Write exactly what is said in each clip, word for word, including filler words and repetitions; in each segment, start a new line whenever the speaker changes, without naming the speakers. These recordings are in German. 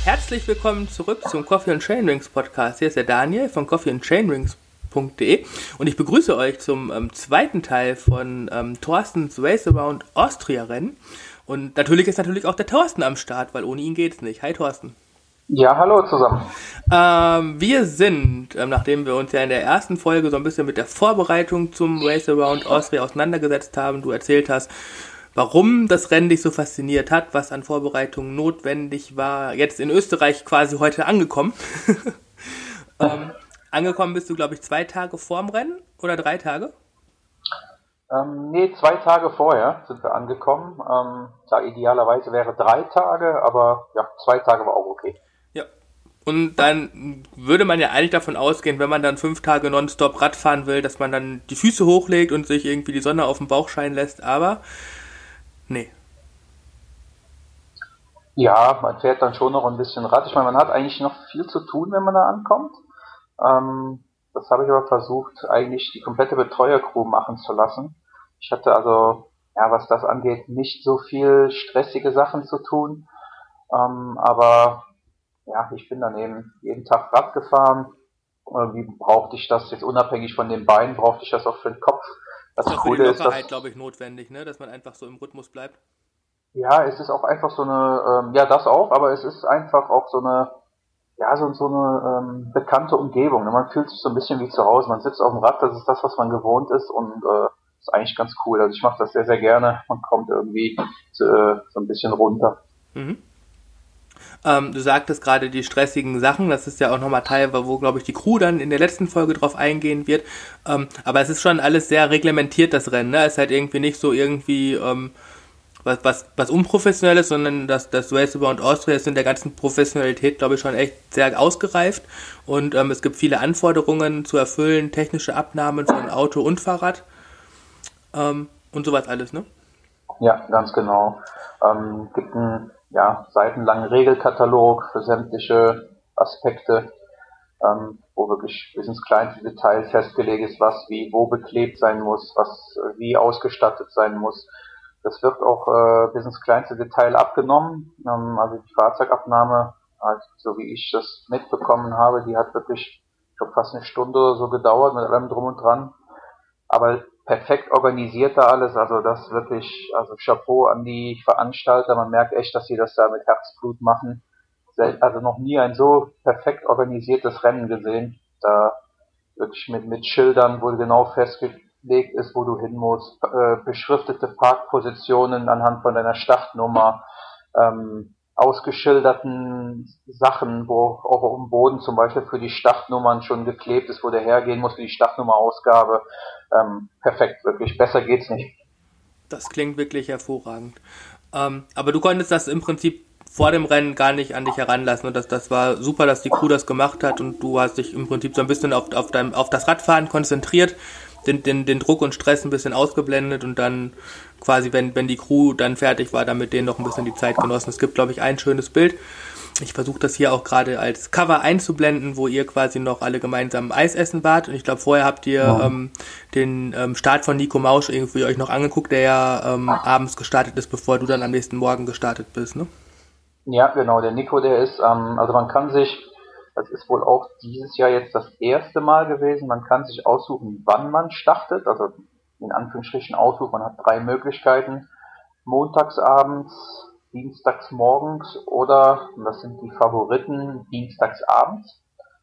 Herzlich willkommen zurück zum Coffee and Chainrings Podcast. Hier ist der Daniel von coffee and chainrings punkt de und ich begrüße euch zum ähm, zweiten Teil von ähm, Thorstens Race Around Austria Rennen. Und natürlich ist natürlich auch der Thorsten am Start, weil ohne ihn geht's nicht. Hi Thorsten.
Ja, hallo zusammen.
Ähm, wir sind, ähm, nachdem wir uns ja in der ersten Folge so ein bisschen mit der Vorbereitung zum Race Around Austria auseinandergesetzt haben, du erzählt hast, warum das Rennen dich so fasziniert hat, was an Vorbereitung notwendig war, jetzt in Österreich quasi heute angekommen. ähm, angekommen bist du, glaube ich, zwei Tage vorm Rennen oder drei Tage?
Ähm, nee, zwei Tage vorher sind wir angekommen. Ähm, da idealerweise wäre drei Tage, aber ja, zwei Tage war auch okay.
Ja. Und dann würde man ja eigentlich davon ausgehen, wenn man dann fünf Tage nonstop Rad fahren will, dass man dann die Füße hochlegt und sich irgendwie die Sonne auf den Bauch scheinen lässt, aber nee.
Ja, man fährt dann schon noch ein bisschen Rad. Ich meine, man hat eigentlich noch viel zu tun, wenn man da ankommt. Ähm, das habe ich aber versucht, eigentlich die komplette Betreuercrew machen zu lassen. Ich hatte also, ja, was das angeht, nicht so viel stressige Sachen zu tun. Ähm, aber ja, ich bin dann eben jeden Tag Rad gefahren. Wie brauchte ich das jetzt unabhängig von den Beinen, brauchte ich das auch für den Kopf. Das
ist auch für die Lockerheit, glaube ich, notwendig, ne? Dass man einfach so im Rhythmus bleibt.
Ja, es ist auch einfach so eine, ähm, ja, das auch, aber es ist einfach auch so eine, ja, so, so eine ähm, bekannte Umgebung. Ne? Man fühlt sich so ein bisschen wie zu Hause. Man sitzt auf dem Rad, das ist das, was man gewohnt ist und äh, ist eigentlich ganz cool. Also ich mache das sehr, sehr gerne. Man kommt irgendwie so, äh, so ein bisschen runter.
Mhm. Ähm, du sagtest gerade die stressigen Sachen, das ist ja auch nochmal Teil, wo, glaube ich, die Crew dann in der letzten Folge drauf eingehen wird. Ähm, aber es ist schon alles sehr reglementiert, das Rennen. Ne? Es ist halt irgendwie nicht so irgendwie ähm, was, was, was Unprofessionelles, sondern das, das Race Around Austria ist in der ganzen Professionalität, glaube ich, schon echt sehr ausgereift. Und ähm, es gibt viele Anforderungen zu erfüllen, technische Abnahmen von Auto und Fahrrad ähm, und sowas alles, ne?
Ja, ganz genau. Ähm, gibt einen ja, seitenlangen Regelkatalog für sämtliche Aspekte, ähm, wo wirklich bis ins kleinste Detail festgelegt ist, was wie wo beklebt sein muss, was äh, wie ausgestattet sein muss. Das wird auch äh, bis ins kleinste Detail abgenommen. Ähm, also die Fahrzeugabnahme, also, so wie ich das mitbekommen habe, die hat wirklich schon fast eine Stunde oder so gedauert mit allem drum und dran. Aber perfekt organisiert da alles, also das wirklich, also Chapeau an die Veranstalter, man merkt echt, dass sie das da mit Herzblut machen. Also noch nie ein so perfekt organisiertes Rennen gesehen, da wirklich mit, mit Schildern, wo genau festgelegt ist, wo du hin musst, äh, beschriftete Parkpositionen anhand von deiner Startnummer, ähm, ausgeschilderten Sachen, wo auch auf dem Boden zum Beispiel für die Startnummern schon geklebt ist, wo der hergehen muss für die Startnummerausgabe. Ähm, perfekt, wirklich. Besser geht's nicht.
Das klingt wirklich hervorragend. Ähm, aber du konntest das im Prinzip vor dem Rennen gar nicht an dich heranlassen und das, das war super, dass die Crew das gemacht hat und du hast dich im Prinzip so ein bisschen auf, auf, dein, auf das Radfahren konzentriert, den, den, den Druck und Stress ein bisschen ausgeblendet und dann quasi, wenn, wenn die Crew dann fertig war, dann mit denen noch ein bisschen die Zeit genossen. Es gibt, glaube ich, ein schönes Bild. Ich versuche das hier auch gerade als Cover einzublenden, wo ihr quasi noch alle gemeinsam Eis essen wart. Und ich glaube, vorher habt ihr ja. ähm, den ähm, Start von Nico Mausch irgendwie euch noch angeguckt, der ja ähm, abends gestartet ist, bevor du dann am nächsten Morgen gestartet bist, ne?
Ja, genau. Der Nico, der ist, ähm, also man kann sich, das ist wohl auch dieses Jahr jetzt das erste Mal gewesen, man kann sich aussuchen, wann man startet. Also in Anführungsstrichen aussuchen. Man hat drei Möglichkeiten. Montagsabends, dienstags morgens oder, und das sind die Favoriten, dienstags abends.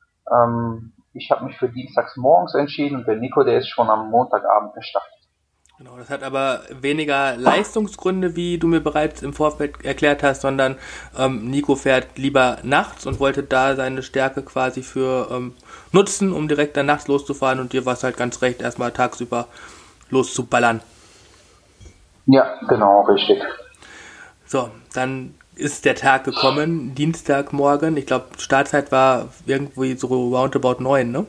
Ähm, ich habe mich für dienstags morgens entschieden und der Nico, der ist schon am Montagabend gestartet.
Genau, das hat aber weniger Leistungsgründe, wie du mir bereits im Vorfeld erklärt hast, sondern ähm, Nico fährt lieber nachts und wollte da seine Stärke quasi für ähm, nutzen, um direkt dann nachts loszufahren und dir war es halt ganz recht, erstmal tagsüber loszuballern.
Ja, genau, richtig.
So, dann ist der Tag gekommen, Dienstagmorgen. Ich glaube, Startzeit war irgendwie so roundabout neun, ne?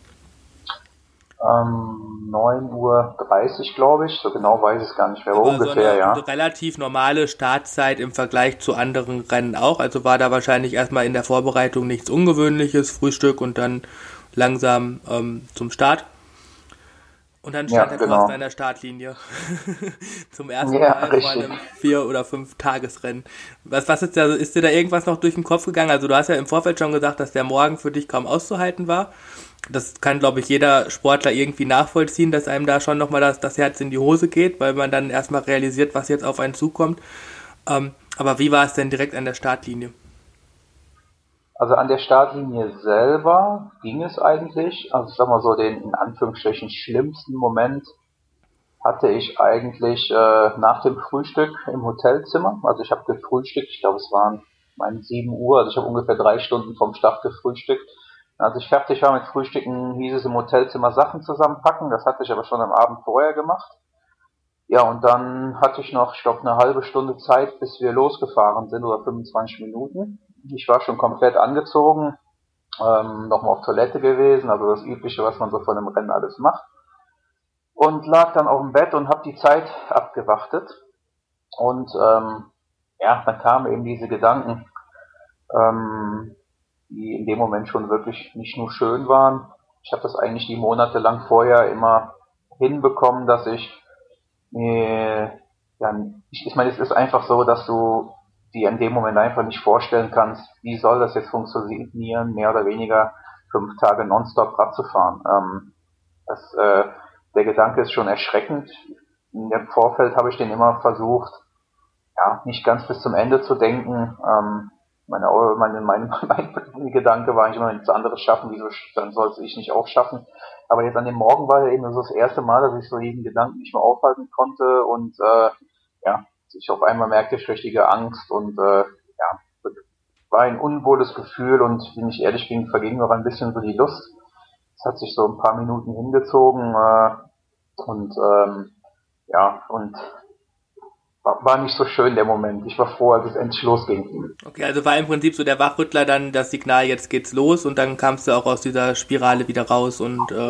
Ähm, neun Uhr dreißig, glaube ich. So genau weiß ich es gar nicht mehr, aber, aber ungefähr,
so eine,
ja.
eine relativ normale Startzeit im Vergleich zu anderen Rennen auch. Also war da wahrscheinlich erstmal in der Vorbereitung nichts Ungewöhnliches, Frühstück und dann langsam ähm, zum Start. Und dann
Ja,
stand der
genau.
Forster in der Startlinie. Zum ersten
Ja,
Mal vor
richtig.
einem Vier- oder Fünf-Tagesrennen. Was, was ist da, ist dir da irgendwas noch durch den Kopf gegangen? Also du hast ja im Vorfeld schon gesagt, dass der Morgen für dich kaum auszuhalten war. Das kann, glaube ich, jeder Sportler irgendwie nachvollziehen, dass einem da schon nochmal das, das Herz in die Hose geht, weil man dann erstmal realisiert, was jetzt auf einen zukommt. Ähm, aber wie war es denn direkt an der Startlinie?
Also an der Startlinie selber ging es eigentlich. Also ich sag mal so, den in Anführungsstrichen schlimmsten Moment hatte ich eigentlich äh, nach dem Frühstück im Hotelzimmer. Also ich habe gefrühstückt, ich glaube es waren meine sieben Uhr, also ich habe ungefähr drei Stunden vom Start gefrühstückt. Als ich fertig war mit Frühstücken, hieß es im Hotelzimmer Sachen zusammenpacken. Das hatte ich aber schon am Abend vorher gemacht. Ja, und dann hatte ich noch, ich glaube, eine halbe Stunde Zeit, bis wir losgefahren sind, oder fünfundzwanzig Minuten. Ich war schon komplett angezogen, ähm, nochmal auf Toilette gewesen, also das Übliche, was man so vor einem Rennen alles macht. Und lag dann auf dem Bett und habe die Zeit abgewartet. Und ähm, ja, dann kamen eben diese Gedanken, ähm, die in dem Moment schon wirklich nicht nur schön waren. Ich habe das eigentlich die Monate lang vorher immer hinbekommen, dass ich äh, ja, ich, ich meine, es ist einfach so, dass du dir in dem Moment einfach nicht vorstellen kannst, wie soll das jetzt funktionieren, mehr oder weniger fünf Tage nonstop Rad zu fahren. Ähm, das, äh, der Gedanke ist schon erschreckend. Im Vorfeld habe ich den immer versucht, ja, nicht ganz bis zum Ende zu denken. Ähm, meine, meine, mein, mein Gedanke war eigentlich immer, wenn es andere schaffen, wieso dann soll es ich nicht auch schaffen. Aber jetzt an dem Morgen war ja eben so das erste Mal, dass ich so jeden Gedanken nicht mehr aufhalten konnte und äh, ja, ich auf einmal merkte ich richtige Angst und äh, ja, war ein unwohles Gefühl und wenn ich ehrlich bin, verging noch ein bisschen so die Lust. Es hat sich so ein paar Minuten hingezogen äh, und ähm, ja, und war, war nicht so schön der Moment. Ich war froh, als es endlich losging.
Okay, also war im Prinzip so der Wachrüttler dann das Signal, jetzt geht's los und dann kamst du auch aus dieser Spirale wieder raus und äh,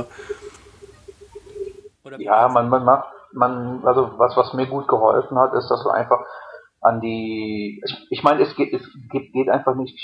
oder wie
Ja,
war's?
man, man macht, man, also was, was mir gut geholfen hat, ist, dass du einfach an die, ich, ich meine, es geht, es geht, geht einfach nicht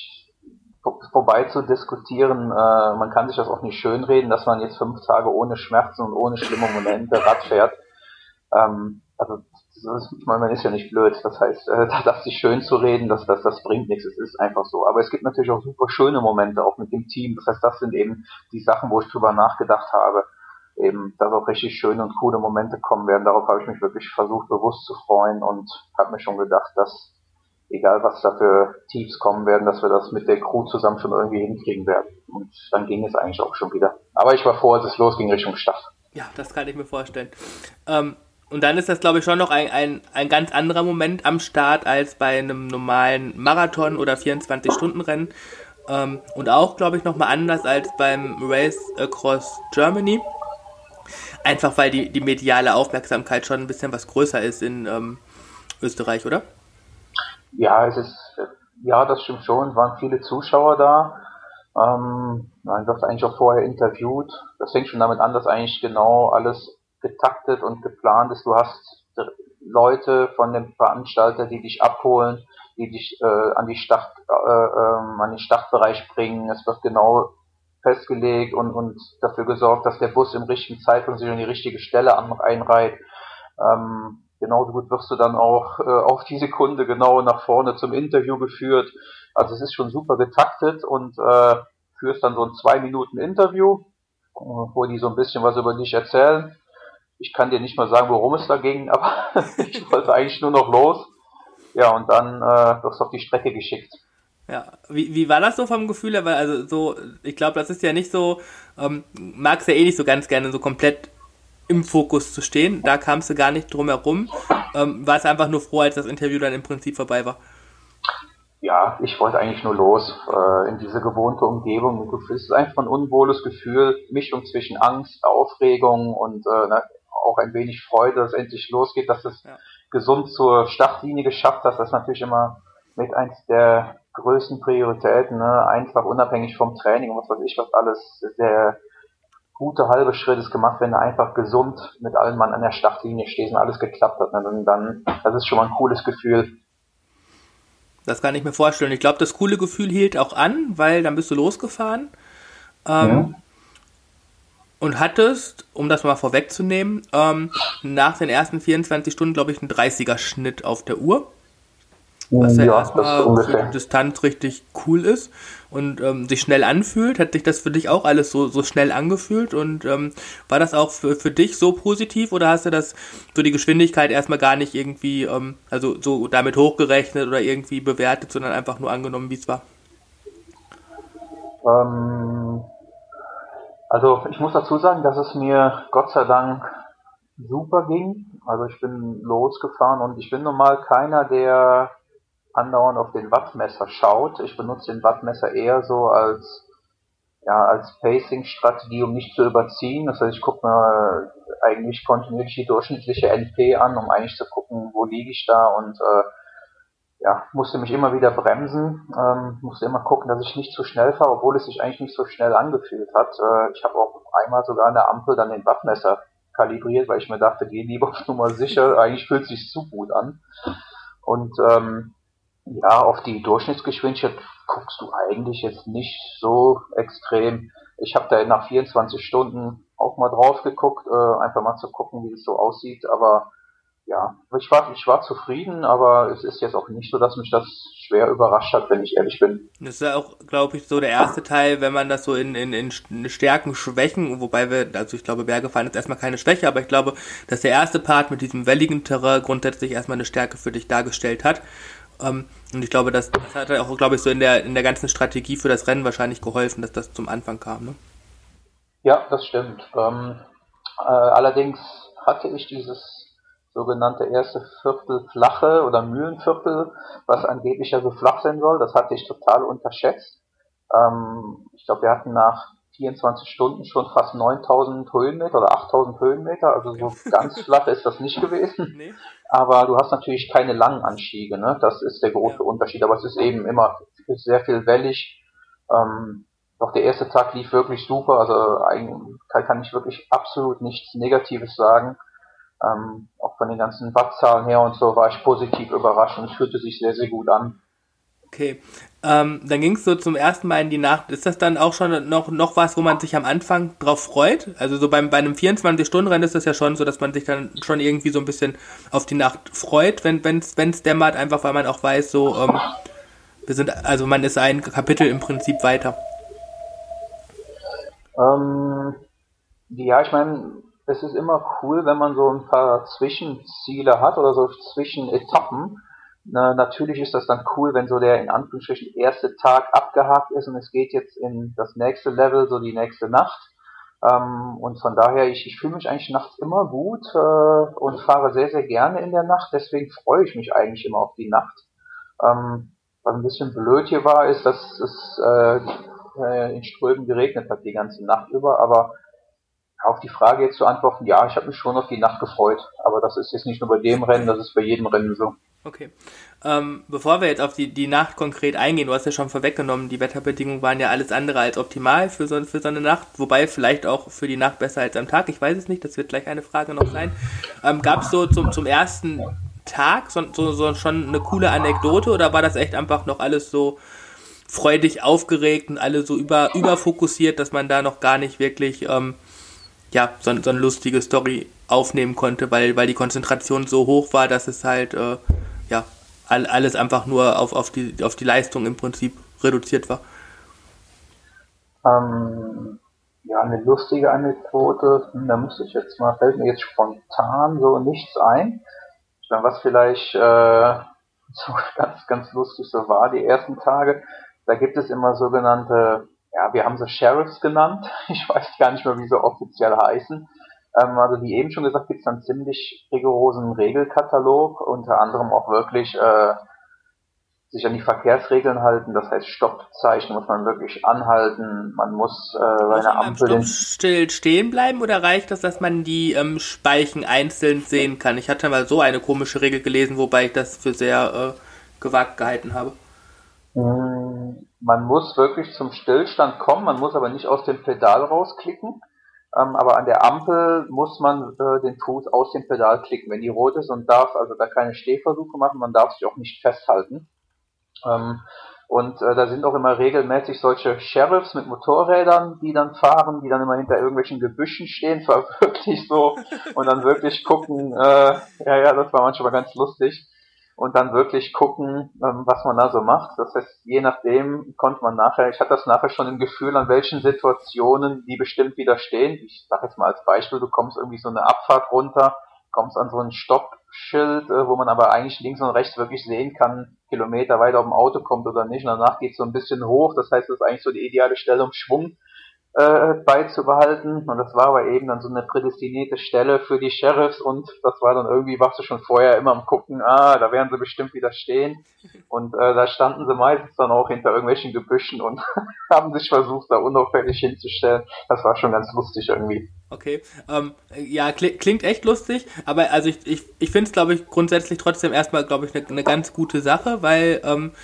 vorbei zu diskutieren. Äh, man kann sich das auch nicht schönreden, dass man jetzt fünf Tage ohne Schmerzen und ohne schlimme Momente Rad fährt. Ähm, also das ist, ich meine, man ist ja nicht blöd. Das heißt, äh, das sich schön zu reden, das, das, das bringt nichts. Es ist einfach so. Aber es gibt natürlich auch super schöne Momente, auch mit dem Team. Das heißt, das sind eben die Sachen, wo ich drüber nachgedacht habe. Eben, dass auch richtig schöne und coole Momente kommen werden. Darauf habe ich mich wirklich versucht, bewusst zu freuen und habe mir schon gedacht, dass egal was da für Tiefs kommen werden, dass wir das mit der Crew zusammen schon irgendwie hinkriegen werden. Und dann ging es eigentlich auch schon wieder. Aber ich war froh, als es losging Richtung Start.
Ja, das kann ich mir vorstellen. Ähm, und dann ist das, glaube ich, schon noch ein, ein, ein ganz anderer Moment am Start als bei einem normalen Marathon- oder vierundzwanzig-Stunden-Rennen. Ähm, und auch, glaube ich, nochmal anders als beim Race Across Germany. Einfach weil die, die mediale Aufmerksamkeit schon ein bisschen was größer ist in ähm, Österreich, oder?
Ja, es ist, ja, das stimmt schon. Es waren viele Zuschauer da. Ähm, man wird eigentlich auch vorher interviewt. Das fängt schon damit an, dass eigentlich genau alles getaktet und geplant ist. Du hast Leute von dem Veranstalter, die dich abholen, die dich äh, an die Start, äh, ähm, an den Startbereich bringen. Es wird genau festgelegt und, und dafür gesorgt, dass der Bus im richtigen Zeitpunkt sich an die richtige Stelle einreiht. Ähm, genauso gut wirst du dann auch äh, auf die Sekunde genau nach vorne zum Interview geführt. Also es ist schon super getaktet und äh, führst dann so ein zwei Minuten Interview, äh, wo die so ein bisschen was über dich erzählen. Ich kann dir nicht mal sagen, worum es da ging, aber ich wollte eigentlich nur noch los. Ja, und dann äh, wirst du auf die Strecke geschickt.
Ja, wie, wie war das so vom Gefühl her? Weil also so, ich glaube, das ist ja nicht so, ähm, magst ja eh nicht so ganz gerne so komplett im Fokus zu stehen. Da kamst du gar nicht drum herum. Ähm, warst einfach nur froh, als das Interview dann im Prinzip vorbei war.
Ja, ich wollte eigentlich nur los äh, in diese gewohnte Umgebung. Es ist einfach ein unwohles Gefühl, Mischung zwischen Angst, Aufregung und äh, na, auch ein wenig Freude, dass es endlich losgeht, dass es
Ja.
gesund zur Startlinie geschafft hast. Das ist natürlich immer mit eins der größten Prioritäten, ne? Einfach unabhängig vom Training und was weiß ich, was alles der gute halbe Schritt ist gemacht, wenn du einfach gesund mit allen Mann an der Startlinie stehst und alles geklappt hat. Ne? Dann, dann, das ist schon mal ein cooles Gefühl.
Das kann ich mir vorstellen. Ich glaube, das coole Gefühl hielt auch an, weil dann bist du losgefahren. Ähm,
Mhm.
und hattest, um das mal vorwegzunehmen, ähm, nach den ersten vierundzwanzig Stunden, glaube ich, einen dreißiger-Schnitt auf der Uhr. Was ja,
Ja,
erstmal für die Distanz richtig cool ist und ähm, sich schnell anfühlt. Hat sich das für dich auch alles so, so schnell angefühlt? Und ähm, war das auch für, für dich so positiv oder hast du das so die Geschwindigkeit erstmal gar nicht irgendwie, ähm, also so damit hochgerechnet oder irgendwie bewertet, sondern einfach nur angenommen, wie es war?
Ähm, also ich muss dazu sagen, dass es mir Gott sei Dank super ging. Also ich bin losgefahren und ich bin normal keiner, der andauernd auf den Wattmesser schaut. Ich benutze den Wattmesser eher so als ja als Pacing-Strategie, um nicht zu überziehen. Das heißt, ich gucke mir eigentlich kontinuierlich die durchschnittliche N P an, um eigentlich zu gucken, wo liege ich da und äh, ja, musste mich immer wieder bremsen, ähm, musste immer gucken, dass ich nicht zu schnell fahre, obwohl es sich eigentlich nicht so schnell angefühlt hat. Äh, ich habe auch einmal sogar an der Ampel dann den Wattmesser kalibriert, weil ich mir dachte, geh lieber auf Nummer sicher, eigentlich fühlt es sich zu gut an. Und ähm, ja, auf die Durchschnittsgeschwindigkeit guckst du eigentlich jetzt nicht so extrem. Ich habe da nach vierundzwanzig Stunden auch mal drauf geguckt, äh, einfach mal zu gucken, wie es so aussieht, aber ja, ich war, ich war zufrieden, aber es ist jetzt auch nicht so, dass mich das schwer überrascht hat, wenn ich ehrlich bin.
Das ist ja auch, glaube ich, so der erste Teil, wenn man das so in, in, in Stärken, Schwächen, wobei wir, also ich glaube, Berge fahren ist erstmal keine Schwäche, aber ich glaube, dass der erste Part mit diesem welligen Terrain grundsätzlich erstmal eine Stärke für dich dargestellt hat. Ähm, und ich glaube, das, das hat auch, glaube ich, so in der, in der ganzen Strategie für das Rennen wahrscheinlich geholfen, dass das zum Anfang kam, ne?
Ja, das stimmt. Ähm, äh, allerdings hatte ich dieses sogenannte erste Viertel flache oder Mühlenviertel, was angeblich ja so flach sein soll, das hatte ich total unterschätzt. Ähm, ich glaube, wir hatten nach vierundzwanzig Stunden schon fast neuntausend Höhenmeter oder achttausend Höhenmeter, also
Okay.
so ganz flach ist das nicht gewesen.
Nee?
Aber du hast natürlich keine langen Anstiege, ne? Das ist der
Ja.
große Unterschied. Aber es ist eben immer sehr viel wellig. Ähm, doch der erste Tag lief wirklich super. Also eigentlich kann ich wirklich absolut nichts Negatives sagen. Ähm, auch von den ganzen Wattzahlen her und so war ich positiv überrascht und es fühlte sich sehr, sehr gut an.
Okay. Ähm, dann ging es so zum ersten Mal in die Nacht. Ist das dann auch schon noch, noch was, wo man sich am Anfang drauf freut? Also so beim, bei einem vierundzwanzig-Stunden-Rennen ist das ja schon so, dass man sich dann schon irgendwie so ein bisschen auf die Nacht freut, wenn es wenn's dämmert, einfach weil man auch weiß, so, ähm, wir sind, also man ist ein Kapitel im Prinzip weiter.
Ähm, ja, ich meine, es ist immer cool, wenn man so ein paar Zwischenziele hat oder so Zwischenetappen. Na, natürlich ist das dann cool, wenn so der in Anführungsstrichen erste Tag abgehakt ist und es geht jetzt in das nächste Level, so die nächste Nacht. Ähm, und von daher, ich, ich fühle mich eigentlich nachts immer gut äh, und fahre sehr, sehr gerne in der Nacht. Deswegen freue ich mich eigentlich immer auf die Nacht. Ähm, was ein bisschen blöd hier war, ist, dass es äh, äh, in Strömen geregnet hat die ganze Nacht über. Aber auf die Frage jetzt zu antworten, ja, ich habe mich schon auf die Nacht gefreut. Aber das ist jetzt nicht nur bei dem Rennen, das ist bei jedem Rennen so.
Okay. Ähm, bevor wir jetzt auf die, die Nacht konkret eingehen, du hast ja schon vorweggenommen, die Wetterbedingungen waren ja alles andere als optimal für so, für so eine Nacht, wobei vielleicht auch für die Nacht besser als am Tag, ich weiß es nicht, das wird gleich eine Frage noch sein. Ähm, Gab es so zum, zum ersten Tag so, so, so schon eine coole Anekdote oder war das echt einfach noch alles so freudig aufgeregt und alle so über, überfokussiert, dass man da noch gar nicht wirklich ähm, ja, so, so eine lustige Story aufnehmen konnte, weil, weil die Konzentration so hoch war, dass es halt äh, ja, all, alles einfach nur auf, auf, die, auf die Leistung im Prinzip reduziert war.
Ähm, ja, eine lustige Anekdote, hm, da müsste ich jetzt mal, fällt mir jetzt spontan so nichts ein. Ich meine, was vielleicht äh, so ganz, ganz lustig so war, die ersten Tage, da gibt es immer sogenannte, ja, wir haben sie Sheriffs genannt, ich weiß gar nicht mehr, wie sie offiziell heißen. Ähm, also wie eben schon gesagt, gibt es einen ziemlich rigorosen Regelkatalog, unter anderem auch wirklich äh, sich an die Verkehrsregeln halten, das heißt Stoppzeichen muss man wirklich anhalten, man muss äh, bei
Muss
einer
man beim
Ampel
Stopp
den
still stehen bleiben oder reicht das, dass man die ähm, Speichen einzeln sehen kann? Ich hatte mal so eine komische Regel gelesen, wobei ich das für sehr äh, gewagt gehalten habe.
Mm, Man muss wirklich zum Stillstand kommen, man muss aber nicht aus dem Pedal rausklicken. Ähm, aber an der Ampel muss man äh, den Fuß aus dem Pedal klicken, wenn die rot ist und darf also da keine Stehversuche machen, man darf sich auch nicht festhalten. Ähm, Und äh, da sind auch immer regelmäßig solche Sheriffs mit Motorrädern, die dann fahren, die dann immer hinter irgendwelchen Gebüschen stehen, es war wirklich so, und dann wirklich gucken, äh, ja, ja, das war manchmal ganz lustig, und dann wirklich gucken, ähm, was man da so macht. Das heißt, je nachdem konnte man nachher, ich hatte das nachher schon im Gefühl, an welchen Situationen die bestimmt widerstehen. Ich sage jetzt mal als Beispiel, du kommst irgendwie so eine Abfahrt runter, kommst an so ein Stoppschild, äh, wo man aber eigentlich links und rechts wirklich sehen kann, Kilometer weiter ob ein Auto kommt oder nicht. Und danach geht es so ein bisschen hoch. Das heißt, das ist eigentlich so die ideale Stelle, um Schwung äh, beizubehalten. Und das war aber eben dann so eine prädestinierte Stelle für die Sheriffs. Und das war dann irgendwie, warst du schon vorher immer am gucken, ah, da werden sie bestimmt wieder stehen. Und äh, da standen sie meistens dann auch hinter irgendwelchen Gebüschen und haben sich versucht, da unauffällig hinzustellen. Das war schon ganz lustig irgendwie.
Okay, ähm, ja, kli- klingt echt lustig, aber also ich, ich, ich finde es, glaube ich, grundsätzlich trotzdem erstmal, glaube ich, eine ne ganz gute Sache, weil, ähm,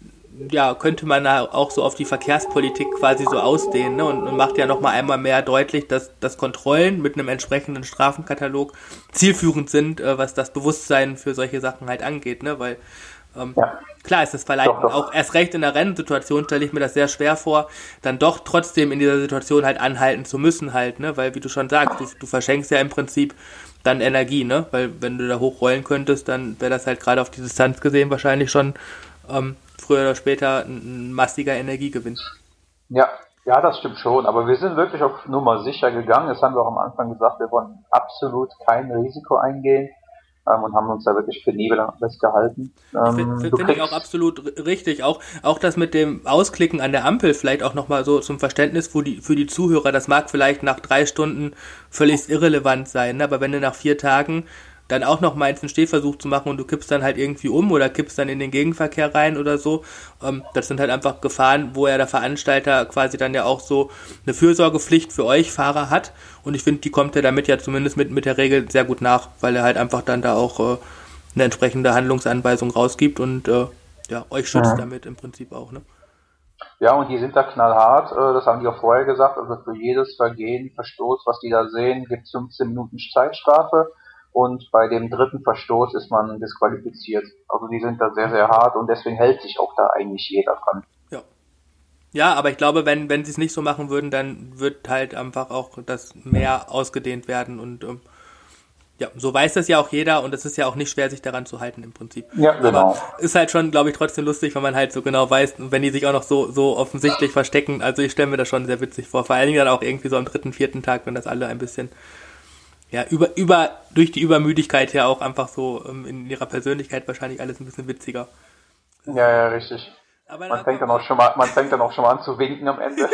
ja, könnte man da auch so auf die Verkehrspolitik quasi so ausdehnen, ne, und, und macht ja nochmal einmal mehr deutlich, dass, dass Kontrollen mit einem entsprechenden Strafenkatalog zielführend sind, äh, was das Bewusstsein für solche Sachen halt angeht, ne, weil Ähm, ja. Klar ist das verleiten, doch, doch. Auch erst recht in der Rennsituation stelle ich mir das sehr schwer vor, dann doch trotzdem in dieser Situation halt anhalten zu müssen halt, ne, weil wie du schon sagst, du, du verschenkst ja im Prinzip dann Energie, ne, weil wenn du da hochrollen könntest, dann wäre das halt gerade auf die Distanz gesehen wahrscheinlich schon ähm, früher oder später ein, ein massiger Energiegewinn.
Ja, ja, das stimmt schon, aber wir sind wirklich auf Nummer sicher gegangen, das haben wir auch am Anfang gesagt, wir wollen absolut kein Risiko eingehen. Und haben uns da wirklich penibel festgehalten.
Ähm, Finde find ich auch absolut richtig. Auch, auch das mit dem Ausklicken an der Ampel vielleicht auch nochmal so zum Verständnis für die, für die Zuhörer. Das mag vielleicht nach drei Stunden völlig irrelevant sein, ne? Aber wenn du nach vier Tagen dann auch noch mal einen Stehversuch zu machen und du kippst dann halt irgendwie um oder kippst dann in den Gegenverkehr rein oder so, ähm, das sind halt einfach Gefahren, wo ja der Veranstalter quasi dann ja auch so eine Fürsorgepflicht für euch Fahrer hat, und ich finde, die kommt er damit ja zumindest mit, mit der Regel sehr gut nach, weil er halt einfach dann da auch äh, eine entsprechende Handlungsanweisung rausgibt und äh, ja, euch schützt mhm. damit im Prinzip auch, ne?
Ja, und die sind da knallhart, das haben die auch vorher gesagt, also für jedes Vergehen, Verstoß, was die da sehen, gibt es fünfzehn Minuten Zeitstrafe. Und bei dem dritten Verstoß ist man disqualifiziert. Also die sind da sehr, sehr hart und deswegen hält sich auch da eigentlich jeder dran.
Ja. Ja, aber ich glaube, wenn, wenn sie es nicht so machen würden, dann wird halt einfach auch das mehr ausgedehnt werden und ähm, ja, so weiß das ja auch jeder und es ist ja auch nicht schwer, sich daran zu halten im Prinzip.
Ja, genau.
Aber ist halt schon, glaube ich, trotzdem lustig, wenn man halt so genau weiß, wenn die sich auch noch so, so offensichtlich verstecken. Also ich stelle mir das schon sehr witzig vor. Vor allen Dingen dann auch irgendwie so am dritten, vierten Tag, wenn das alle ein bisschen ja, über, über, durch die Übermüdigkeit ja auch einfach so ähm, in ihrer Persönlichkeit wahrscheinlich alles ein bisschen witziger.
Ja, ja, richtig. Aber man fängt dann auch schon mal, man fängt dann auch schon mal an zu winken am Ende.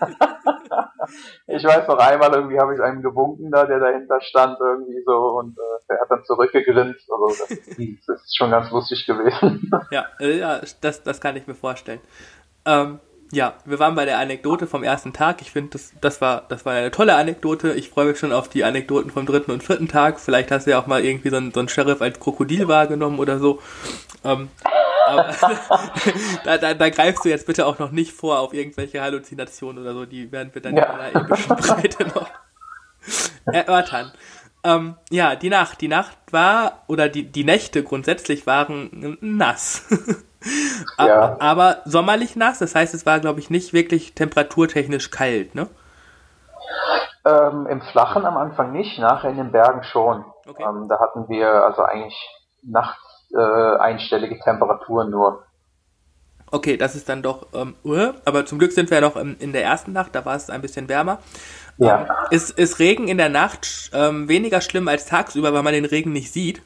Ich weiß noch einmal, irgendwie habe ich einem gewunken da, der dahinter stand irgendwie so, und äh, der hat dann zurückgegrinst. Also das, das ist schon ganz lustig gewesen.
Ja, äh, ja, das, das kann ich mir vorstellen. Ähm, Ja, wir waren bei der Anekdote vom ersten Tag. Ich finde, das, das war, das war eine tolle Anekdote. Ich freue mich schon auf die Anekdoten vom dritten und vierten Tag. Vielleicht hast du ja auch mal irgendwie so einen, so einen Sheriff als Krokodil wahrgenommen oder so. Ähm, aber da, da, da greifst du jetzt bitte auch noch nicht vor auf irgendwelche Halluzinationen oder so. Die werden wir dann ja. in einer epischen Breite noch erörtern. Ähm, ja, die Nacht. Die Nacht war, oder die, die Nächte grundsätzlich waren nass.
Ja.
Aber sommerlich nass, das heißt, es war, glaube ich, nicht wirklich temperaturtechnisch kalt, ne?
Ähm, im Flachen am Anfang nicht, nachher in den Bergen schon. Okay. Ähm, da hatten wir also eigentlich nachts äh, einstellige Temperaturen nur.
Okay, das ist dann doch, ähm, uh, aber zum Glück sind wir ja noch ähm, in der ersten Nacht, da war es ein bisschen wärmer.
Ja.
Ähm, ist, ist Regen in der Nacht ähm, weniger schlimm als tagsüber, weil man den Regen nicht sieht?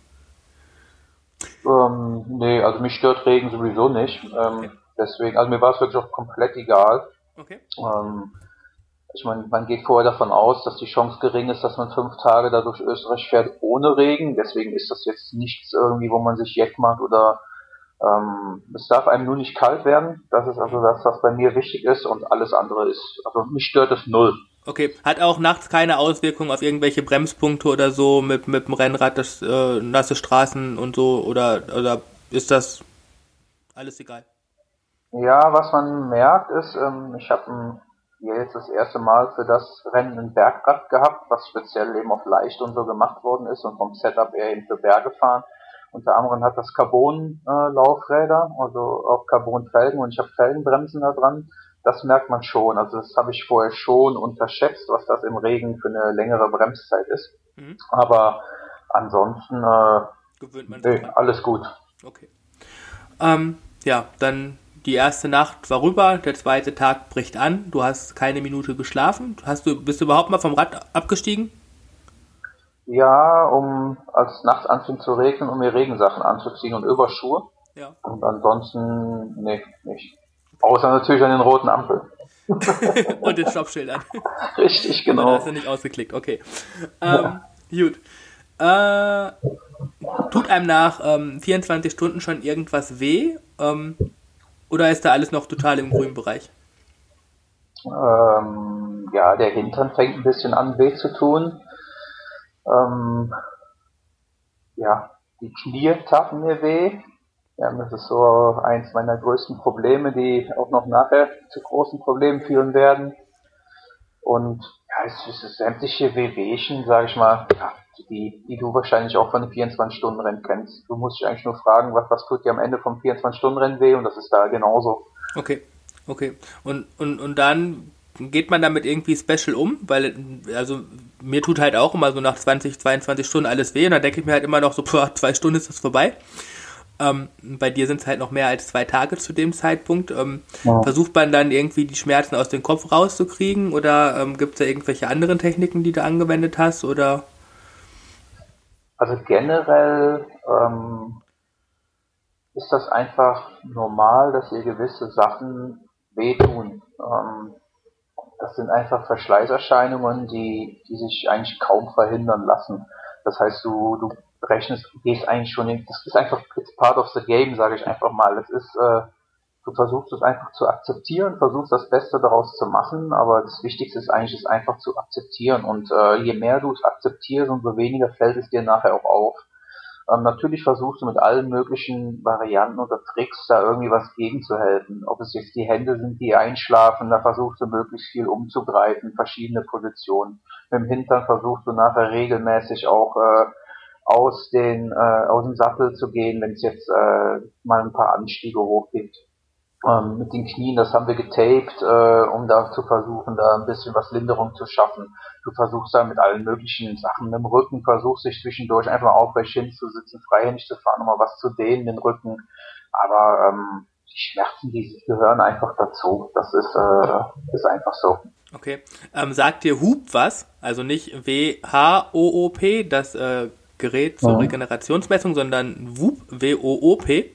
Ähm, nee, also mich stört Regen sowieso nicht. Ähm, okay. Deswegen, also mir war es wirklich auch komplett egal.
Okay.
Ähm, ich meine, man geht vorher davon aus, dass die Chance gering ist, dass man fünf Tage da durch Österreich fährt ohne Regen. Deswegen ist das jetzt nichts irgendwie, wo man sich Jeck macht oder ähm, es darf einem nur nicht kalt werden. Das ist also das, was bei mir wichtig ist, und alles andere ist, also mich stört es null.
Okay, hat auch nachts keine Auswirkung auf irgendwelche Bremspunkte oder so mit, mit dem Rennrad, das äh, nasse Straßen und so, oder, oder ist das alles egal?
Ja, was man merkt ist, ähm, ich habe jetzt das erste Mal für das Rennen ein Bergrad gehabt, was speziell eben auf leicht und so gemacht worden ist und vom Setup eher eben für Berge fahren. unter anderem hat das Carbon-Laufräder, äh, also auch Carbon-Felgen und ich habe Felgenbremsen da dran. Das merkt man schon. Also das habe ich vorher schon unterschätzt, was das im Regen für eine längere Bremszeit ist. Mhm. Aber ansonsten äh,
gewöhnt man sich
nee, dran. Alles gut.
Okay. Ähm, ja, dann die erste Nacht war rüber, der zweite Tag bricht an. Du hast keine Minute geschlafen. Hast du, bist du überhaupt mal vom Rad abgestiegen?
Ja, um als nachts anfing zu regnen, um mir Regensachen anzuziehen und Überschuhe. Ja. Und ansonsten, nee, nicht. Außer natürlich an den roten Ampeln.
Und den Stoppschildern.
Richtig, genau.
Da hast du nicht ausgeklickt, okay. Ähm, ja. Gut. Äh, tut einem nach ähm, vierundzwanzig Stunden schon irgendwas weh? Ähm, oder ist da alles noch total im grünen Bereich?
Ähm, ja, der Hintern fängt ein bisschen an weh zu tun. Ähm, ja, die Knie taten mir weh. Ja, das ist so eins meiner größten Probleme, die auch noch nachher zu großen Problemen führen werden. Und ja, es ist sämtliche Wehwehchen, sage ich mal, ja, die, die du wahrscheinlich auch von einem vierundzwanzig-Stunden-Rennen kennst. Du musst dich eigentlich nur fragen, was, was tut dir am Ende vom vierundzwanzig-Stunden-Rennen weh, und das ist da genauso.
Okay, okay. Und, und, und dann geht man damit irgendwie special um, weil, also mir tut halt auch immer so nach zwanzig, zweiundzwanzig Stunden alles weh und dann denke ich mir halt immer noch so, boah, zwei Stunden ist das vorbei. Ähm, bei dir sind es halt noch mehr als zwei Tage zu dem Zeitpunkt. Ähm, ja. Versucht man dann irgendwie die Schmerzen aus dem Kopf rauszukriegen oder ähm, gibt es da irgendwelche anderen Techniken, die du angewendet hast? Oder?
Also generell ähm, ist das einfach normal, dass dir gewisse Sachen wehtun. Ähm, das sind einfach Verschleißerscheinungen, die, die sich eigentlich kaum verhindern lassen. Das heißt, du, du rechnest, du gehst eigentlich schon in, das ist einfach, it's part of the game, sage ich einfach mal. Das ist, äh, du versuchst es einfach zu akzeptieren, versuchst das Beste daraus zu machen, aber das Wichtigste ist eigentlich, es einfach zu akzeptieren. Und äh, je mehr du es akzeptierst, umso weniger fällt es dir nachher auch auf. Ähm, natürlich versuchst du mit allen möglichen Varianten oder Tricks da irgendwie was gegenzuhelfen. Ob es jetzt die Hände sind, die einschlafen, da versuchst du möglichst viel umzugreifen, verschiedene Positionen. Mit dem Hintern versuchst du nachher regelmäßig auch äh, aus den äh, aus dem Sattel zu gehen, wenn es jetzt äh, mal ein paar Anstiege hoch gibt. Ähm, mit den Knien, das haben wir getaped, äh, um da zu versuchen, da ein bisschen was Linderung zu schaffen. Du versuchst da mit allen möglichen Sachen im Rücken, versuchst dich zwischendurch einfach mal aufrecht hinzusitzen, freihändig zu fahren, um mal was zu dehnen, den Rücken. Aber ähm, die Schmerzen, die gehören einfach dazu. Das ist, äh, ist einfach so.
Okay. Ähm, sagt dir Whoop was? Also nicht W H O O P, das äh, Gerät zur mhm. Regenerationsmessung, sondern Whoop, W O O P.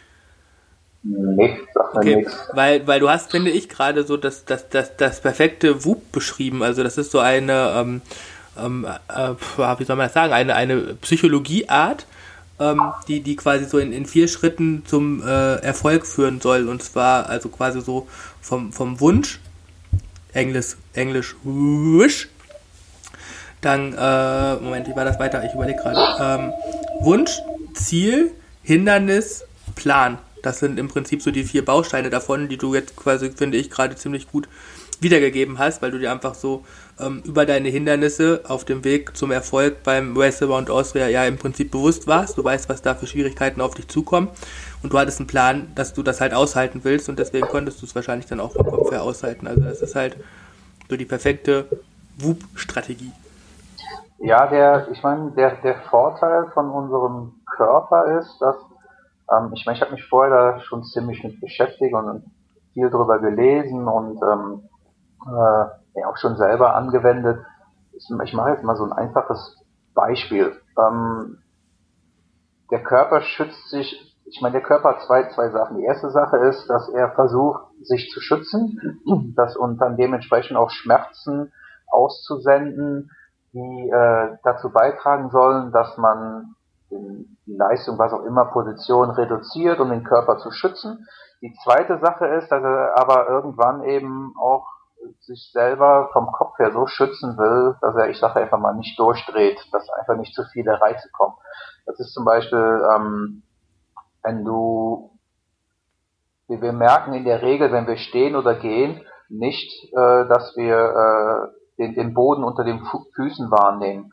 Nee, sag mir
okay,
nichts.
Weil, weil du hast, finde ich, gerade so das, das, das, das perfekte Whoop beschrieben. Also das ist so eine, ähm, ähm, äh, wie soll man das sagen, eine, eine Psychologieart, ähm, die, die quasi so in, in vier Schritten zum äh, Erfolg führen soll. Und zwar also quasi so vom, vom Wunsch, Englisch, Englisch, Wish, dann, äh, Moment, wie war das weiter? Ich überlege gerade. Ähm, Wunsch, Ziel, Hindernis, Plan. Das sind im Prinzip so die vier Bausteine davon, die du jetzt quasi, finde ich, gerade ziemlich gut wiedergegeben hast, weil du dir einfach so ähm, über deine Hindernisse auf dem Weg zum Erfolg beim Race Around Austria ja im Prinzip bewusst warst. Du weißt, was da für Schwierigkeiten auf dich zukommen und du hattest einen Plan, dass du das halt aushalten willst und deswegen konntest du es wahrscheinlich dann auch vom Kopf her aushalten. Also das ist halt so die perfekte Whoop-Strategie.
Ja, der, ich meine, der, der Vorteil von unserem Körper ist, dass Ähm, ich meine, ich habe mich vorher da schon ziemlich mit beschäftigt und viel drüber gelesen und ähm, äh, ja, auch schon selber angewendet. Ich, ich mache jetzt mal so ein einfaches Beispiel. Ähm, der Körper schützt sich, ich meine, der Körper hat zwei, zwei Sachen. Die erste Sache ist, dass er versucht, sich zu schützen, das und dann dementsprechend auch Schmerzen auszusenden, die äh, dazu beitragen sollen, dass man die Leistung, was auch immer, Position reduziert, um den Körper zu schützen. Die zweite Sache ist, dass er aber irgendwann eben auch sich selber vom Kopf her so schützen will, dass er, ich sage einfach mal, nicht durchdreht, dass einfach nicht zu viele Reize kommen. Das ist zum Beispiel, ähm, wenn du, wie wir merken in der Regel, wenn wir stehen oder gehen, nicht, äh, dass wir äh, den, den Boden unter den Fu- Füßen wahrnehmen.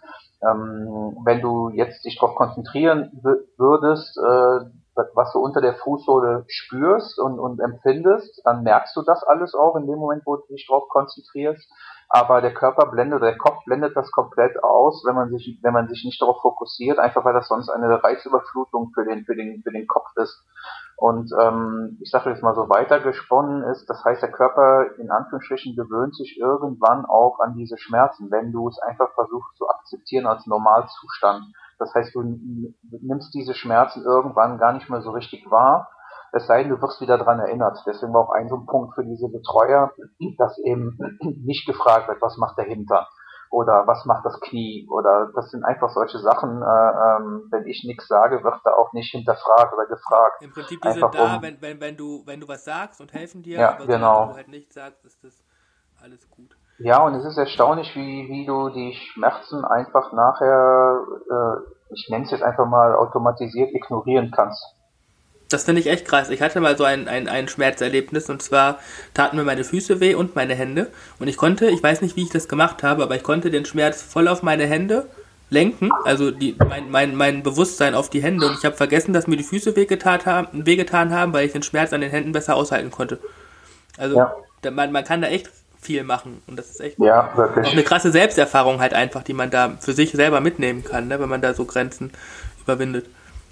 Ähm, wenn du jetzt dich darauf konzentrieren w- würdest, äh, was du unter der Fußsohle spürst und, und empfindest, dann merkst du das alles auch in dem Moment, wo du dich darauf konzentrierst. Aber der Körper blendet, oder der Kopf blendet das komplett aus, wenn man sich, wenn man sich nicht darauf fokussiert, einfach weil das sonst eine Reizüberflutung für den, für den, für den Kopf ist. Und ähm, ich sage jetzt mal so weitergesponnen ist, das heißt, der Körper in Anführungsstrichen gewöhnt sich irgendwann auch an diese Schmerzen, wenn du es einfach versuchst zu akzeptieren als Normalzustand. Das heißt, du n- nimmst diese Schmerzen irgendwann gar nicht mehr so richtig wahr, es sei denn, du wirst wieder dran erinnert. Deswegen war auch ein so ein Punkt für diese Betreuer, dass eben nicht gefragt wird, was macht dahinter oder was macht das Knie, oder das sind einfach solche Sachen, äh, ähm, wenn ich nichts sage, wird da auch nicht hinterfragt oder gefragt.
Im Prinzip, die
Einfach
sind da,
um,
wenn, wenn, wenn du, wenn du was sagst und helfen dir,
ja,
aber solange du
genau.
halt nichts sagst, ist das alles gut.
Ja, und es ist erstaunlich, wie, wie du die Schmerzen einfach nachher, äh, ich nenne es jetzt einfach mal automatisiert, ignorieren kannst.
Das finde ich echt krass. Ich hatte mal so ein, ein, ein Schmerzerlebnis, und zwar taten mir meine Füße weh und meine Hände. Und ich konnte, ich weiß nicht, wie ich das gemacht habe, aber ich konnte den Schmerz voll auf meine Hände lenken, also die, mein, mein, mein Bewusstsein auf die Hände. Und ich habe vergessen, dass mir die Füße wehgetan haben, wehgetan haben, weil ich den Schmerz an den Händen besser aushalten konnte. Also
Ja,
da, man, man kann da echt viel machen. Und das ist echt
ja,
auch eine
wirklich.
krasse Selbsterfahrung halt einfach, die man da für sich selber mitnehmen kann, ne, wenn man da so Grenzen überwindet.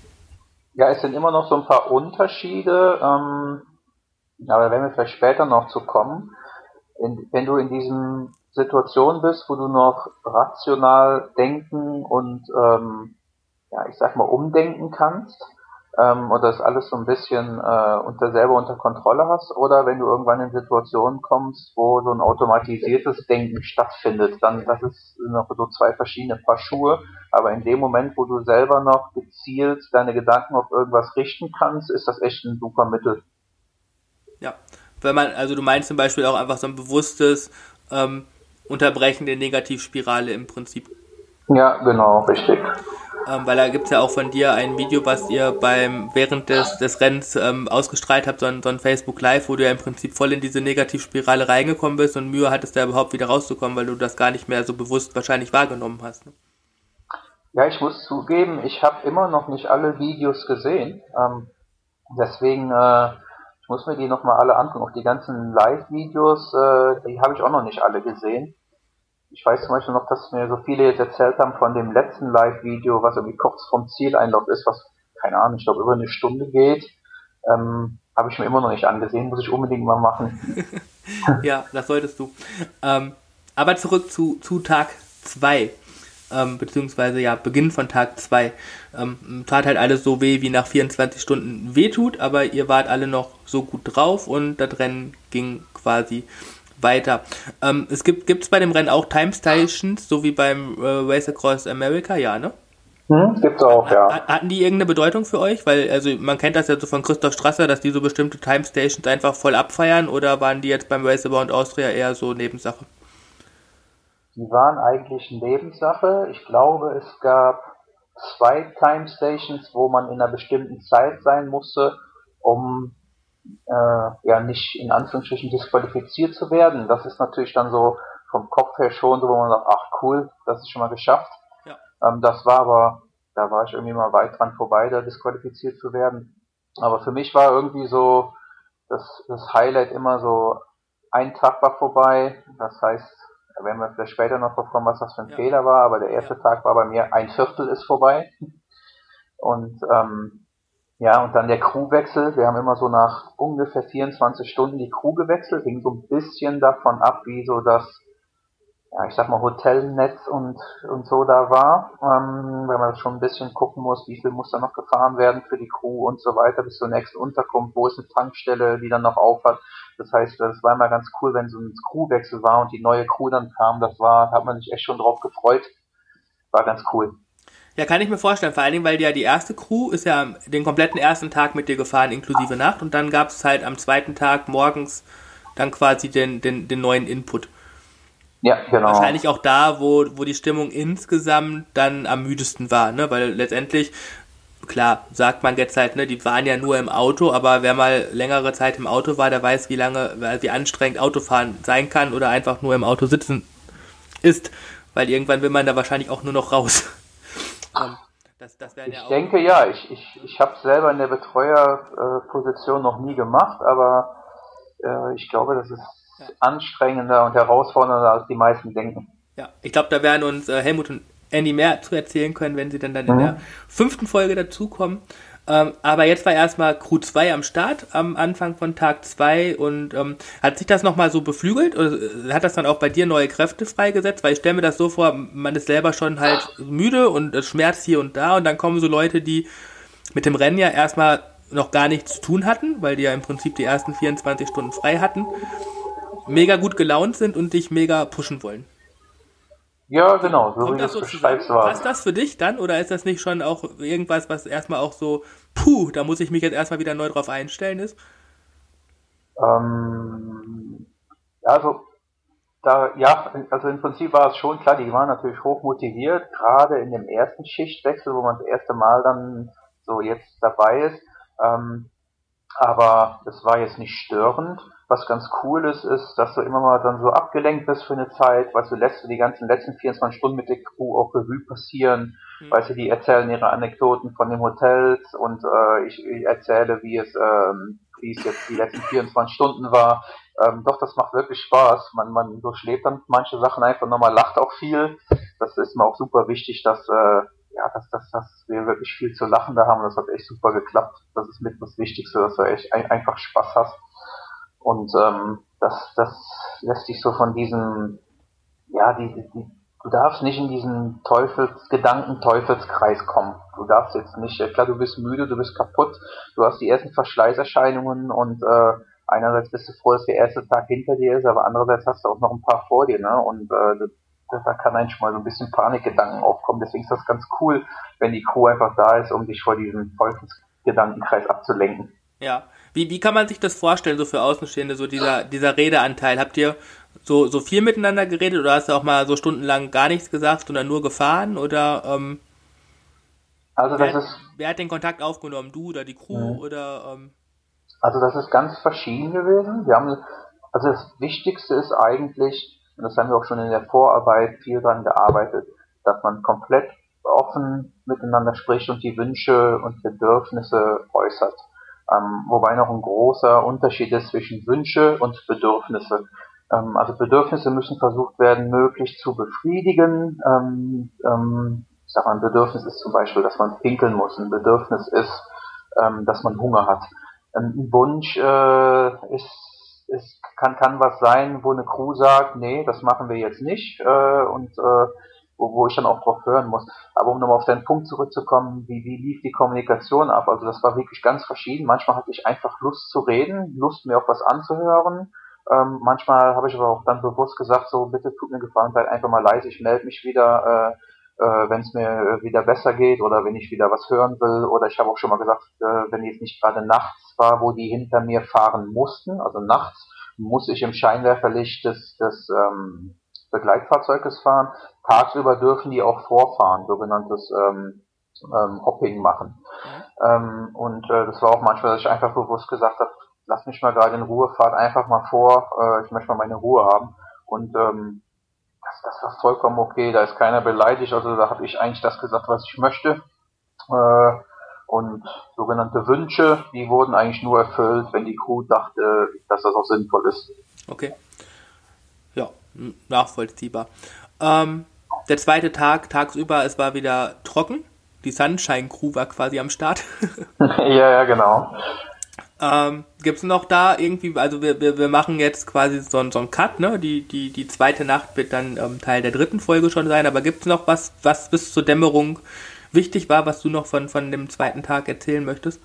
Ja, es sind immer noch so ein paar Unterschiede, ähm, aber da werden wir vielleicht später noch zu kommen. In, wenn du in diesen Situationen bist, wo du noch rational denken und, ähm, ja, ich sag mal, umdenken kannst, ähm, und das alles so ein bisschen äh, unter selber unter Kontrolle hast, oder wenn du irgendwann in Situationen kommst, wo so ein automatisiertes Denken stattfindet, dann das ist noch so zwei verschiedene Paar Schuhe, aber in dem Moment, wo du selber noch gezielt deine Gedanken auf irgendwas richten kannst, ist das echt ein super Mittel.
Ja, wenn man, also du meinst zum Beispiel auch einfach so ein bewusstes ähm, Unterbrechen der Negativspirale im Prinzip.
Ja, genau, richtig.
Ähm, weil da gibt es ja auch von dir ein Video, was ihr beim während des, des Rennens ähm, ausgestrahlt habt, so ein, so ein Facebook Live, wo du ja im Prinzip voll in diese Negativspirale reingekommen bist und Mühe hattest, da überhaupt wieder rauszukommen, weil du das gar nicht mehr so bewusst wahrscheinlich wahrgenommen hast. Ne?
Ja, ich muss zugeben, ich habe immer noch nicht alle Videos gesehen. Ähm, deswegen, äh, ich muss mir die nochmal alle angucken. Auch die ganzen Live-Videos, äh, die habe ich auch noch nicht alle gesehen. Ich weiß zum Beispiel noch, dass mir so viele jetzt erzählt haben von dem letzten Live-Video, was irgendwie kurz vom Zieleinlauf ist, was, keine Ahnung, ich glaube über eine Stunde geht. Ähm, habe ich mir immer noch nicht angesehen, muss ich unbedingt mal machen.
Ja, das solltest du. Ähm, aber zurück zu, zu Tag zwei. Ähm, beziehungsweise ja, Beginn von Tag zwei. Ähm, tat halt alles so weh, wie nach vierundzwanzig Stunden wehtut, aber ihr wart alle noch so gut drauf und das Rennen ging quasi weiter. Ähm, es gibt gibt's bei dem Rennen auch Time Stations, so wie beim äh, Race Across America, ja, ne?
Hm, gibt's auch, ja.
Hat, hatten die irgendeine Bedeutung für euch? Weil, also man kennt das ja so von Christoph Strasser, dass die so bestimmte Time Stations einfach voll abfeiern, oder waren die jetzt beim Race Around Austria eher so Nebensache?
Die waren eigentlich Nebensache. Ich glaube, es gab zwei Time Stations, wo man in einer bestimmten Zeit sein musste, um äh, ja nicht in Anführungsstrichen disqualifiziert zu werden. Das ist natürlich dann so vom Kopf her schon so, wo man sagt, ach cool, das ist schon mal geschafft.
Ja.
Ähm, das war aber, da war ich irgendwie mal weit dran vorbei, da disqualifiziert zu werden. Aber für mich war irgendwie so das, das Highlight immer so, ein Tag war vorbei, das heißt, da werden wir vielleicht später noch drauf kommen, was das für ein
Ja.
Fehler war, aber der erste
Ja.
Tag war bei mir, ein Viertel ist vorbei. Und ähm, ja, und dann der Crewwechsel. Wir haben immer so nach ungefähr vierundzwanzig Stunden die Crew gewechselt. Hing so ein bisschen davon ab, wie so das, ja, ich sag mal, Hotelnetz und, und so da war. Ähm, weil man schon ein bisschen gucken muss, wie viel muss da noch gefahren werden für die Crew und so weiter, bis zur nächsten Unterkunft, wo ist eine Tankstelle, die dann noch aufhat. Das heißt, das war immer ganz cool, wenn so ein Crewwechsel war und die neue Crew dann kam. Das war, hat man sich echt schon drauf gefreut. War ganz cool.
Ja, kann ich mir vorstellen, vor allen Dingen, weil ja die erste Crew ist ja den kompletten ersten Tag mit dir gefahren, inklusive Nacht, und dann gab es halt am zweiten Tag morgens dann quasi den, den, den neuen Input.
Ja, genau.
Wahrscheinlich auch da, wo, wo die Stimmung insgesamt dann am müdesten war, ne? Weil letztendlich, klar, sagt man jetzt halt, ne, die waren ja nur im Auto, aber wer mal längere Zeit im Auto war, der weiß, wie lange, wie anstrengend Autofahren sein kann oder einfach nur im Auto sitzen ist. weil irgendwann will man da wahrscheinlich auch nur noch raus. ähm, das, das
Ich
ja auch
denke ja, ich, ich, ich habe es selber in der Betreuerposition noch nie gemacht, aber äh, ich glaube, das ist
ja.
anstrengender und herausfordernder, als die meisten denken.
Ja, ich glaube, da werden uns äh, Helmut und Andy mehr zu erzählen können, wenn sie dann, dann in der
Mhm.
fünften Folge dazukommen. Ähm, aber jetzt war erstmal Crew zwei am Start, am Anfang von Tag zwei und ähm, hat sich das nochmal so beflügelt oder äh, hat das dann auch bei dir neue Kräfte freigesetzt? Weil ich stelle mir das so vor, man ist selber schon halt müde und es schmerzt hier und da und dann kommen so Leute, die mit dem Rennen ja erstmal noch gar nichts zu tun hatten, weil die ja im Prinzip die ersten vierundzwanzig Stunden frei hatten, mega gut gelaunt sind und dich mega pushen wollen.
Ja, genau, so wie
Kommt
du
das
es
so zusammen?
beschreibst, war
Passt
es.
das für dich dann oder ist das nicht schon auch irgendwas, was erstmal auch so, puh, da muss ich mich jetzt erstmal wieder neu drauf einstellen ist?
Ähm, ja, also Da, ja, also im Prinzip war es schon klar, die waren natürlich hoch motiviert, gerade in dem ersten Schichtwechsel, wo man das erste Mal dann so jetzt dabei ist. Ähm, aber das war jetzt nicht störend. Was ganz cool ist, ist, dass du immer mal dann so abgelenkt bist für eine Zeit, weißt du, lässt du die ganzen letzten vierundzwanzig Stunden mit der Crew auf Revue passieren,
Hm.
weißt du, die erzählen ihre Anekdoten von den Hotels und äh, ich, ich erzähle, wie es, ähm, wie es jetzt die letzten vierundzwanzig Stunden war. Ähm, doch, das macht wirklich Spaß. Man, man durchlebt dann manche Sachen einfach nochmal, lacht auch viel. Das ist mir auch super wichtig, dass äh, ja, dass, dass, dass wir wirklich viel zu lachen da haben. Das hat echt super geklappt. Das ist mit das Wichtigste, dass du echt ein, einfach Spaß hast. Und ähm, das, das lässt dich so von diesem, ja, die, die, du darfst nicht in diesen Teufels, Gedanken-Teufelskreis kommen. Du darfst jetzt nicht, klar, du bist müde, du bist kaputt, du hast die ersten Verschleißerscheinungen und äh, einerseits bist du froh, dass der erste Tag hinter dir ist, aber andererseits hast du auch noch ein paar vor dir, ne? Und äh, da, da kann einem schon mal so ein bisschen Panikgedanken aufkommen. Deswegen ist das ganz cool, wenn die Crew einfach da ist, um dich vor diesem Teufelsgedankenkreis abzulenken.
Ja. Wie, wie kann man sich das vorstellen, so für Außenstehende, so dieser, dieser Redeanteil? Habt ihr so, so viel miteinander geredet oder hast du auch mal so stundenlang gar nichts gesagt, sondern nur gefahren? Oder ähm,
Also
wer,
das
hat-
ist,
wer hat den Kontakt aufgenommen? Du oder die Crew
mh,
oder ähm,
Also das ist ganz verschieden gewesen. Wir haben, also das Wichtigste ist eigentlich, und das haben wir auch schon in der Vorarbeit viel dran gearbeitet, dass man komplett offen miteinander spricht und die Wünsche und Bedürfnisse äußert. Ähm, wobei noch ein großer Unterschied ist zwischen Wünsche und Bedürfnisse. Ähm, also Bedürfnisse müssen versucht werden, möglichst zu befriedigen. Ähm, ähm, ich sag mal, ein Bedürfnis ist zum Beispiel, dass man pinkeln muss. Ein Bedürfnis ist, ähm, dass man Hunger hat. Ein Wunsch äh, ist, ist, kann, kann was sein, wo eine Crew sagt, nee, das machen wir jetzt nicht äh, und äh, wo, wo ich dann auch drauf hören muss. Aber um nochmal auf deinen Punkt zurückzukommen, wie, wie lief die Kommunikation ab? Also das war wirklich ganz verschieden. Manchmal hatte ich einfach Lust zu reden, Lust mir auch was anzuhören. Ähm, manchmal habe ich aber auch dann bewusst gesagt, so bitte tut mir Gefallen, seid einfach mal leise, ich melde mich wieder, äh, äh, wenn es mir wieder besser geht oder wenn ich wieder was hören will. Oder ich habe auch schon mal gesagt, äh, wenn jetzt nicht gerade nachts war, wo die hinter mir fahren mussten, also nachts muss ich im Scheinwerferlicht des, des ähm, Begleitfahrzeuges fahren. Tagsüber dürfen die auch vorfahren, sogenanntes ähm, ähm, Hopping machen.
mhm.
Ähm, und äh, das war auch manchmal, dass ich einfach bewusst gesagt habe, lass mich mal gerade in Ruhe, fahrt einfach mal vor, äh, ich möchte mal meine Ruhe haben. Und ähm, das, das war vollkommen okay, da ist keiner beleidigt, also da habe ich eigentlich das gesagt, was ich möchte. Äh, und sogenannte Wünsche, die wurden eigentlich nur erfüllt, wenn die Crew dachte, dass das auch sinnvoll ist.
Okay. Ja, n- nachvollziehbar. Ähm, der zweite Tag, tagsüber, es war wieder trocken. Die Sunshine Crew war quasi am Start.
Ja, ja, genau.
Ähm, gibt's noch da irgendwie, also wir, wir, wir machen jetzt quasi so, ein- so einen Cut, ne? Die, die, die zweite Nacht wird dann ähm, Teil der dritten Folge schon sein, aber gibt's noch was, was bis zur Dämmerung wichtig war, was du noch von, von dem zweiten Tag erzählen möchtest?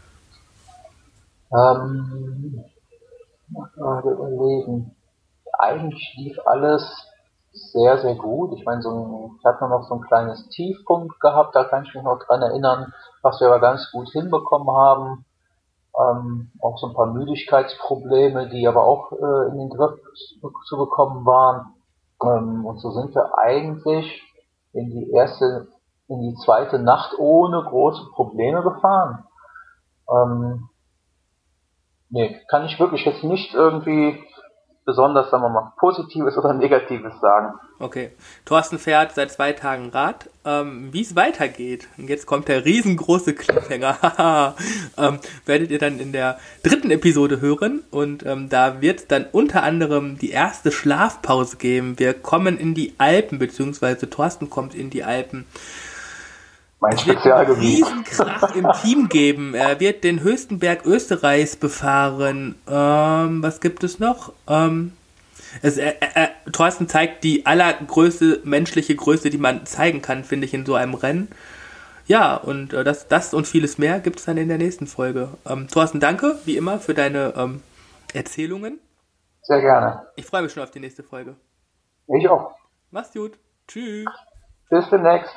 Ähm, gerade überlegen. Eigentlich lief alles sehr, sehr gut. Ich meine, so ein, ich hatte noch so ein kleines Tiefpunkt gehabt, da kann ich mich noch dran erinnern, was wir aber ganz gut hinbekommen haben. Ähm, auch so ein paar Müdigkeitsprobleme, die aber auch äh, in den Griff zu, zu bekommen waren. Ähm, und so sind wir eigentlich in die erste, in die zweite Nacht ohne große Probleme gefahren. Ähm, nee, kann ich wirklich jetzt nicht irgendwie besonders, sagen wir mal, Positives oder Negatives sagen.
Okay. Thorsten fährt seit zwei Tagen Rad. Ähm, wie es weitergeht, und jetzt kommt der riesengroße Cliffhanger, ähm, werdet ihr dann in der dritten Episode hören. Und ähm, da wird es dann unter anderem die erste Schlafpause geben. Wir kommen in die Alpen, beziehungsweise Thorsten kommt in die Alpen.
Mein
Es wird einen
Spezialgebiet.
Riesenkrach im Team geben. Er wird den höchsten Berg Österreichs befahren. Ähm, was gibt es noch? Ähm, es, äh, äh, Thorsten zeigt die allergrößte menschliche Größe, die man zeigen kann, finde ich, in so einem Rennen. Ja, und äh, das, das und vieles mehr gibt es dann in der nächsten Folge. Ähm, Thorsten, danke, wie immer, für deine ähm, Erzählungen.
Sehr gerne.
Ich freue mich schon auf die nächste Folge.
Ich auch.
Mach's gut. Tschüss.
Bis demnächst.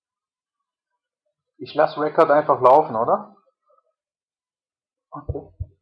Ich lasse Record einfach laufen, oder? Okay.